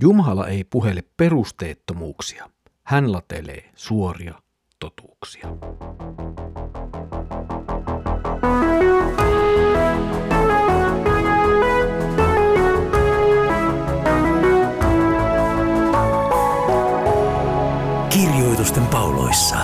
Jumala ei puhele perusteettomuuksia. Hän latelee suoria totuuksia. Kirjoitusten pauloissa.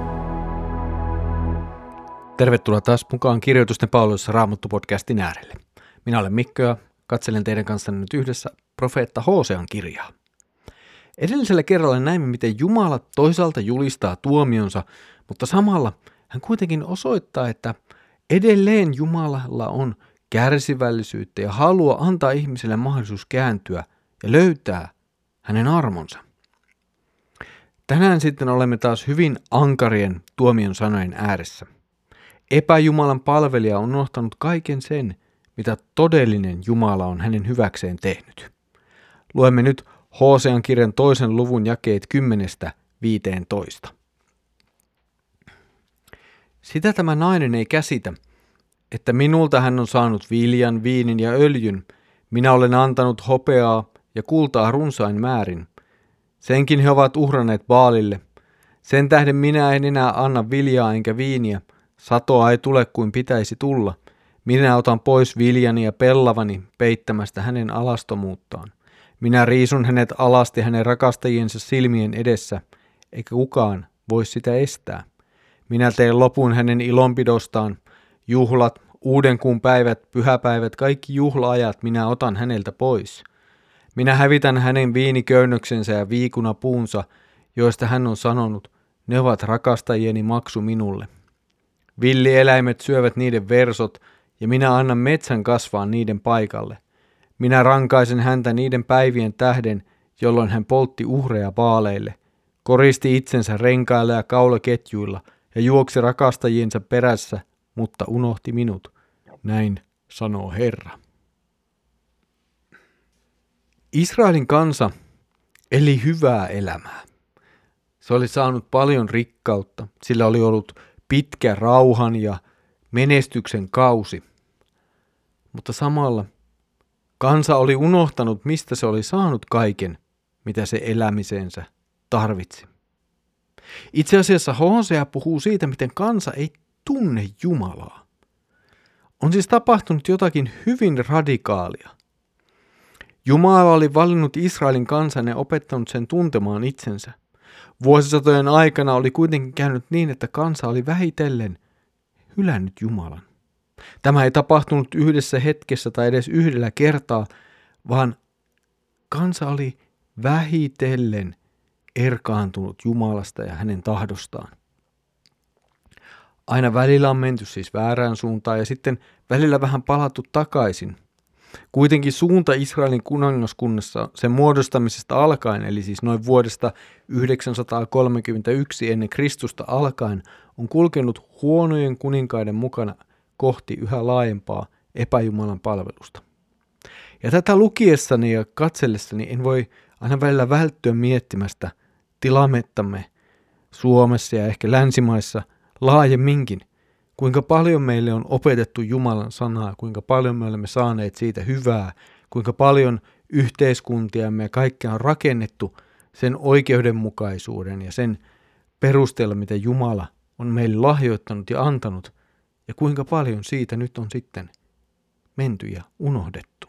Tervetuloa taas mukaan Kirjoitusten pauloissa Raamattu-podcastin äärelle. Minä olen Mikko ja katselen teidän kanssanne nyt yhdessä profeetta Hosean kirjaa. Edellisellä kerralla näimme, miten Jumala toisaalta julistaa tuomionsa, mutta samalla hän kuitenkin osoittaa, että edelleen Jumalalla on kärsivällisyyttä ja halua antaa ihmiselle mahdollisuus kääntyä ja löytää hänen armonsa. Tänään sitten olemme taas hyvin ankarien tuomion sanojen ääressä. Epäjumalan palvelija on unohtanut kaiken sen, mitä todellinen Jumala on hänen hyväkseen tehnyt. Luemme nyt Hosean kirjan 2. luvun jakeet 10-15. Sitä tämä nainen ei käsitä, että minulta hän on saanut viljan, viinin ja öljyn. Minä olen antanut hopeaa ja kultaa runsain määrin. Senkin he ovat uhranneet Baalille. Sen tähden minä en enää anna viljaa enkä viiniä. Satoa ei tule kuin pitäisi tulla. Minä otan pois viljani ja pellavani peittämästä hänen alastomuuttaan. Minä riisun hänet alasti hänen rakastajiensa silmien edessä, eikä kukaan voi sitä estää. Minä teen lopun hänen ilonpidostaan. Juhlat, uuden kuun päivät, pyhäpäivät, kaikki juhlaajat minä otan häneltä pois. Minä hävitän hänen viiniköynnöksensä ja viikunapuunsa, joista hän on sanonut, ne ovat rakastajieni maksu minulle. Villieläimet syövät niiden versot, ja minä annan metsän kasvaa niiden paikalle. Minä rankaisen häntä niiden päivien tähden, jolloin hän poltti uhreja Baaleille, koristi itsensä renkailla ja kaulaketjuilla ja juoksi rakastajiensa perässä, mutta unohti minut. Näin sanoo Herra. Israelin kansa eli hyvää elämää. Se oli saanut paljon rikkautta, sillä oli ollut pitkä rauhan ja menestyksen kausi. Mutta samalla kansa oli unohtanut, mistä se oli saanut kaiken, mitä se elämiseensä tarvitsi. Itse asiassa Hosea puhuu siitä, miten kansa ei tunne Jumalaa. On siis tapahtunut jotakin hyvin radikaalia. Jumala oli valinnut Israelin kansan ja opettanut sen tuntemaan itsensä. Vuosisatojen aikana oli kuitenkin käynyt niin, että kansa oli vähitellen hylännyt Jumalan. Tämä ei tapahtunut yhdessä hetkessä tai edes yhdellä kertaa, vaan kansa oli vähitellen erkaantunut Jumalasta ja hänen tahdostaan. Aina välillä on menty siis väärään suuntaan ja sitten välillä vähän palattu takaisin. Kuitenkin suunta Israelin kuningaskunnassa sen muodostamisesta alkaen, eli siis noin vuodesta 931 ennen Kristusta alkaen, on kulkenut huonojen kuninkaiden mukana kohti yhä laajempaa epäjumalan palvelusta. Ja tätä lukiessani ja katsellessani en voi aina välillä välttyä miettimästä tilamettamme Suomessa ja ehkä länsimaissa laajemminkin, kuinka paljon meille on opetettu Jumalan sanaa, kuinka paljon me olemme saaneet siitä hyvää, kuinka paljon yhteiskuntiamme ja kaikkea on rakennettu sen oikeudenmukaisuuden ja sen perusteella, mitä Jumala on meille lahjoittanut ja antanut, ja kuinka paljon siitä nyt on sitten menty ja unohdettu.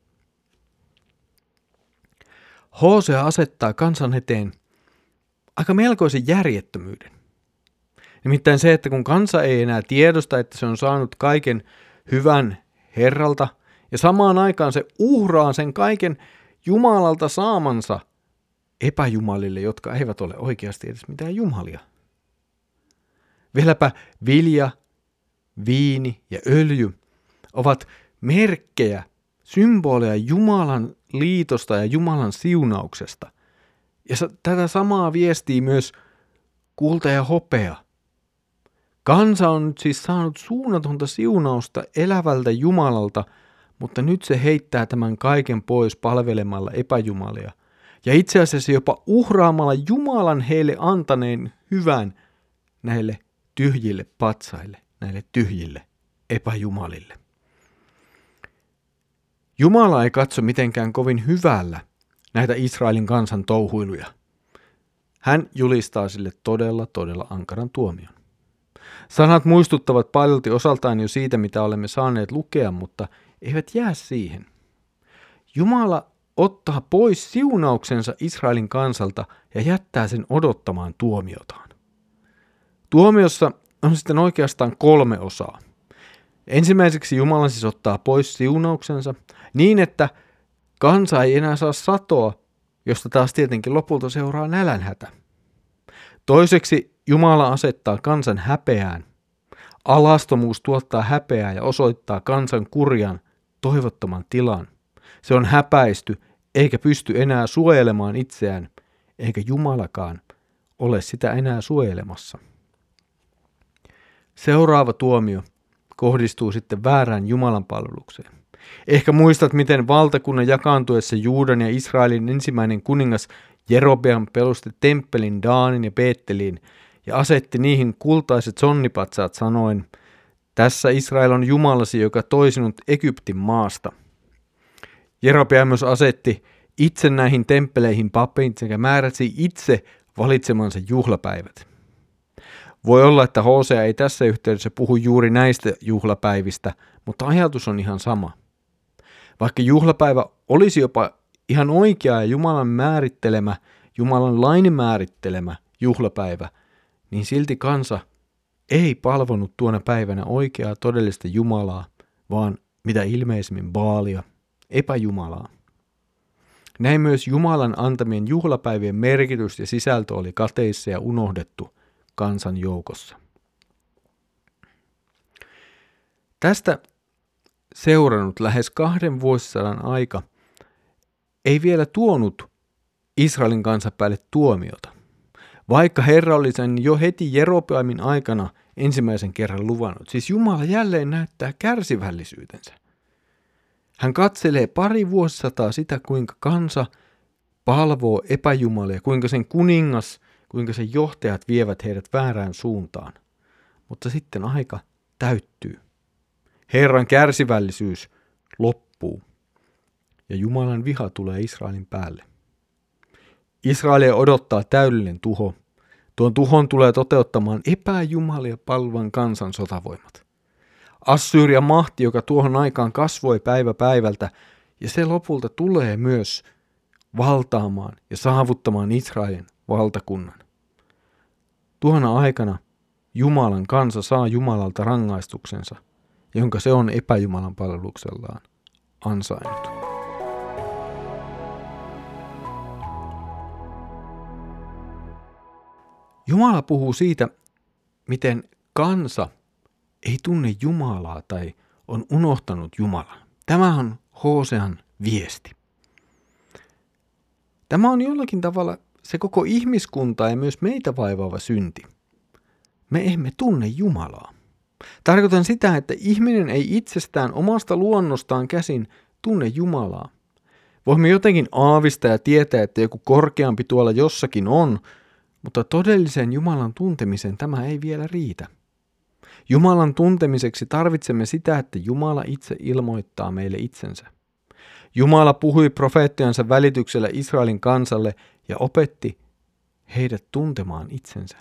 Hosea asettaa kansan eteen aika melkoisen järjettömyyden. Nimittäin se, että kun kansa ei enää tiedosta, että se on saanut kaiken hyvän Herralta, ja samaan aikaan se uhraa sen kaiken Jumalalta saamansa epäjumalille, jotka eivät ole oikeasti edes mitään jumalia. Vieläpä vilja, viini ja öljy ovat merkkejä, symboleja Jumalan liitosta ja Jumalan siunauksesta. Ja tätä samaa viestii myös kulta ja hopea. Kansa on nyt siis saanut suunnatonta siunausta elävältä Jumalalta, mutta nyt se heittää tämän kaiken pois palvelemalla epäjumalia. Ja itse asiassa jopa uhraamalla Jumalan heille antaneen hyvän näille tyhjille patsaille, näille tyhjille epäjumalille. Jumala ei katso mitenkään kovin hyvällä näitä Israelin kansan touhuiluja. Hän julistaa sille todella ankaran tuomion. Sanat muistuttavat paljolti osaltaan jo siitä, mitä olemme saaneet lukea, mutta eivät jää siihen. Jumala ottaa pois siunauksensa Israelin kansalta ja jättää sen odottamaan tuomiotaan. Tuomiossa on sitten oikeastaan 3 osaa. Ensimmäiseksi Jumala siis ottaa pois siunauksensa niin, että kansa ei enää saa satoa, josta taas tietenkin lopulta seuraa nälänhätä. Toiseksi Jumala asettaa kansan häpeään. Alastomuus tuottaa häpeää ja osoittaa kansan kurjan, toivottoman tilan. Se on häpäisty eikä pysty enää suojelemaan itseään, eikä Jumalakaan ole sitä enää suojelemassa. Seuraava tuomio kohdistuu sitten väärään Jumalan palvelukseen. Ehkä muistat, miten valtakunnan jakaantuessa Juudan ja Israelin ensimmäinen kuningas Jerobeam perusti temppelin Daanin ja Beetteliin ja asetti niihin kultaiset sonnipatsaat sanoen, tässä Israel on Jumalasi, joka toi sinut Egyptin maasta. Jerobeam myös asetti itse näihin temppeleihin papit sekä määräsi itse valitsemansa juhlapäivät. Voi olla, että Hosea ei tässä yhteydessä puhu juuri näistä juhlapäivistä, mutta ajatus on ihan sama. Vaikka juhlapäivä olisi jopa ihan oikea ja Jumalan määrittelemä, Jumalan lain määrittelemä juhlapäivä, niin silti kansa ei palvonut tuona päivänä oikeaa todellista Jumalaa, vaan mitä ilmeisimmin Baalia, epäjumalaa. Näin myös Jumalan antamien juhlapäivien merkitys ja sisältö oli kateissa ja unohdettu kansan joukossa. Tästä seurannut lähes 2 vuosisadan aika ei vielä tuonut Israelin kansan päälle tuomiota, vaikka Herra oli sen jo heti Jerobeamin aikana ensimmäisen kerran luvannut. Siis Jumala jälleen näyttää kärsivällisyytensä. Hän katselee 2 vuosisataa sitä, kuinka kansa palvoo epäjumalia, kuinka sen kuningas, kuinka sen johtajat vievät heidät väärään suuntaan. Mutta sitten aika täyttyy. Herran kärsivällisyys loppuu ja Jumalan viha tulee Israelin päälle. Israelia odottaa täydellinen tuho. Tuon tuhon tulee toteuttamaan epäjumalia palvan kansan sotavoimat. Assyrian mahti, joka tuohon aikaan kasvoi päivä päivältä, ja se lopulta tulee myös valtaamaan ja saavuttamaan Israelin valtakunnan. Tuona aikana Jumalan kansa saa Jumalalta rangaistuksensa, jonka se on epäjumalan palveluksellaan ansainnut. Jumala puhuu siitä, miten kansa ei tunne Jumalaa tai on unohtanut Jumalan. Tämä on Hosean viesti. Tämä on jollakin tavalla se koko ihmiskunta ja myös meitä vaivaava synti. Me emme tunne Jumalaa. Tarkoitan sitä, että ihminen ei itsestään omasta luonnostaan käsin tunne Jumalaa. Voimme jotenkin aavistaa ja tietää, että joku korkeampi tuolla jossakin on, mutta todellisen Jumalan tuntemisen tämä ei vielä riitä. Jumalan tuntemiseksi tarvitsemme sitä, että Jumala itse ilmoittaa meille itsensä. Jumala puhui profeettojensa välityksellä Israelin kansalle ja opetti heidät tuntemaan itsensä.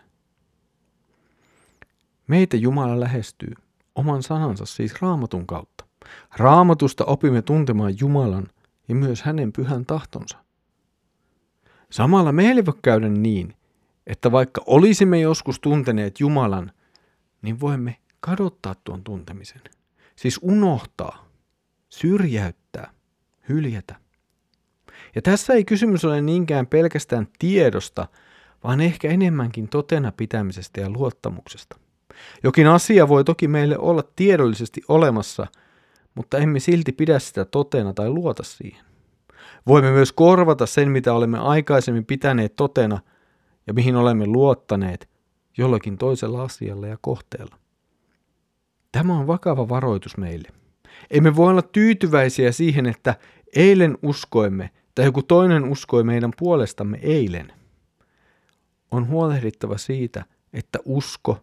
Meitä Jumala lähestyy oman sanansa, siis Raamatun kautta. Raamatusta opimme tuntemaan Jumalan ja myös hänen pyhän tahtonsa. Samalla meille voi käydä niin, että vaikka olisimme joskus tunteneet Jumalan, niin voimme kadottaa tuon tuntemisen. Siis unohtaa, syrjäyttää, hyljätä. Ja tässä ei kysymys ole niinkään pelkästään tiedosta, vaan ehkä enemmänkin totena pitämisestä ja luottamuksesta. Jokin asia voi toki meille olla tiedollisesti olemassa, mutta emme silti pidä sitä totena tai luota siihen. Voimme myös korvata sen, mitä olemme aikaisemmin pitäneet totena ja mihin olemme luottaneet jollakin toisella asialla ja kohteella. Tämä on vakava varoitus meille. Emme voi olla tyytyväisiä siihen, että eilen uskoimme tai joku toinen uskoi meidän puolestamme eilen. On huolehdittava siitä, että usko,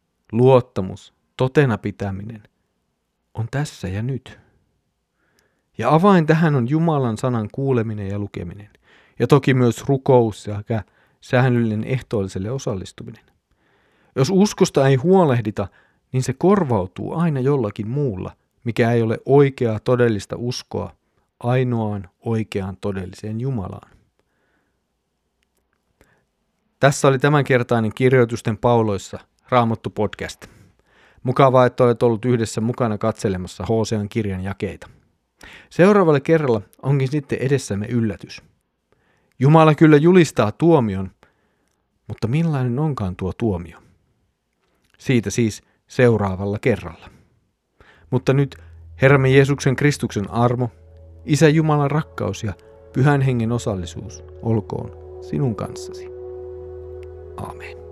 luottamus, totena pitäminen on tässä ja nyt. Ja avain tähän on Jumalan sanan kuuleminen ja lukeminen. Ja toki myös rukous ja säännöllinen ehtoolliselle osallistuminen. Jos uskosta ei huolehdita, niin se korvautuu aina jollakin muulla, mikä ei ole oikeaa todellista uskoa ainoaan oikeaan todelliseen Jumalaan. Tässä oli tämänkertainen Kirjoitusten pauloissa Raamattu podcast. Mukavaa, että olet ollut yhdessä mukana katselemassa Hosean kirjan jakeita. Seuraavalla kerralla onkin sitten edessämme yllätys. Jumala kyllä julistaa tuomion, mutta millainen onkaan tuo tuomio? Siitä siis seuraavalla kerralla. Mutta nyt Herramme Jeesuksen Kristuksen armo, Isä Jumalan rakkaus ja Pyhän Hengen osallisuus olkoon sinun kanssasi. Aamen.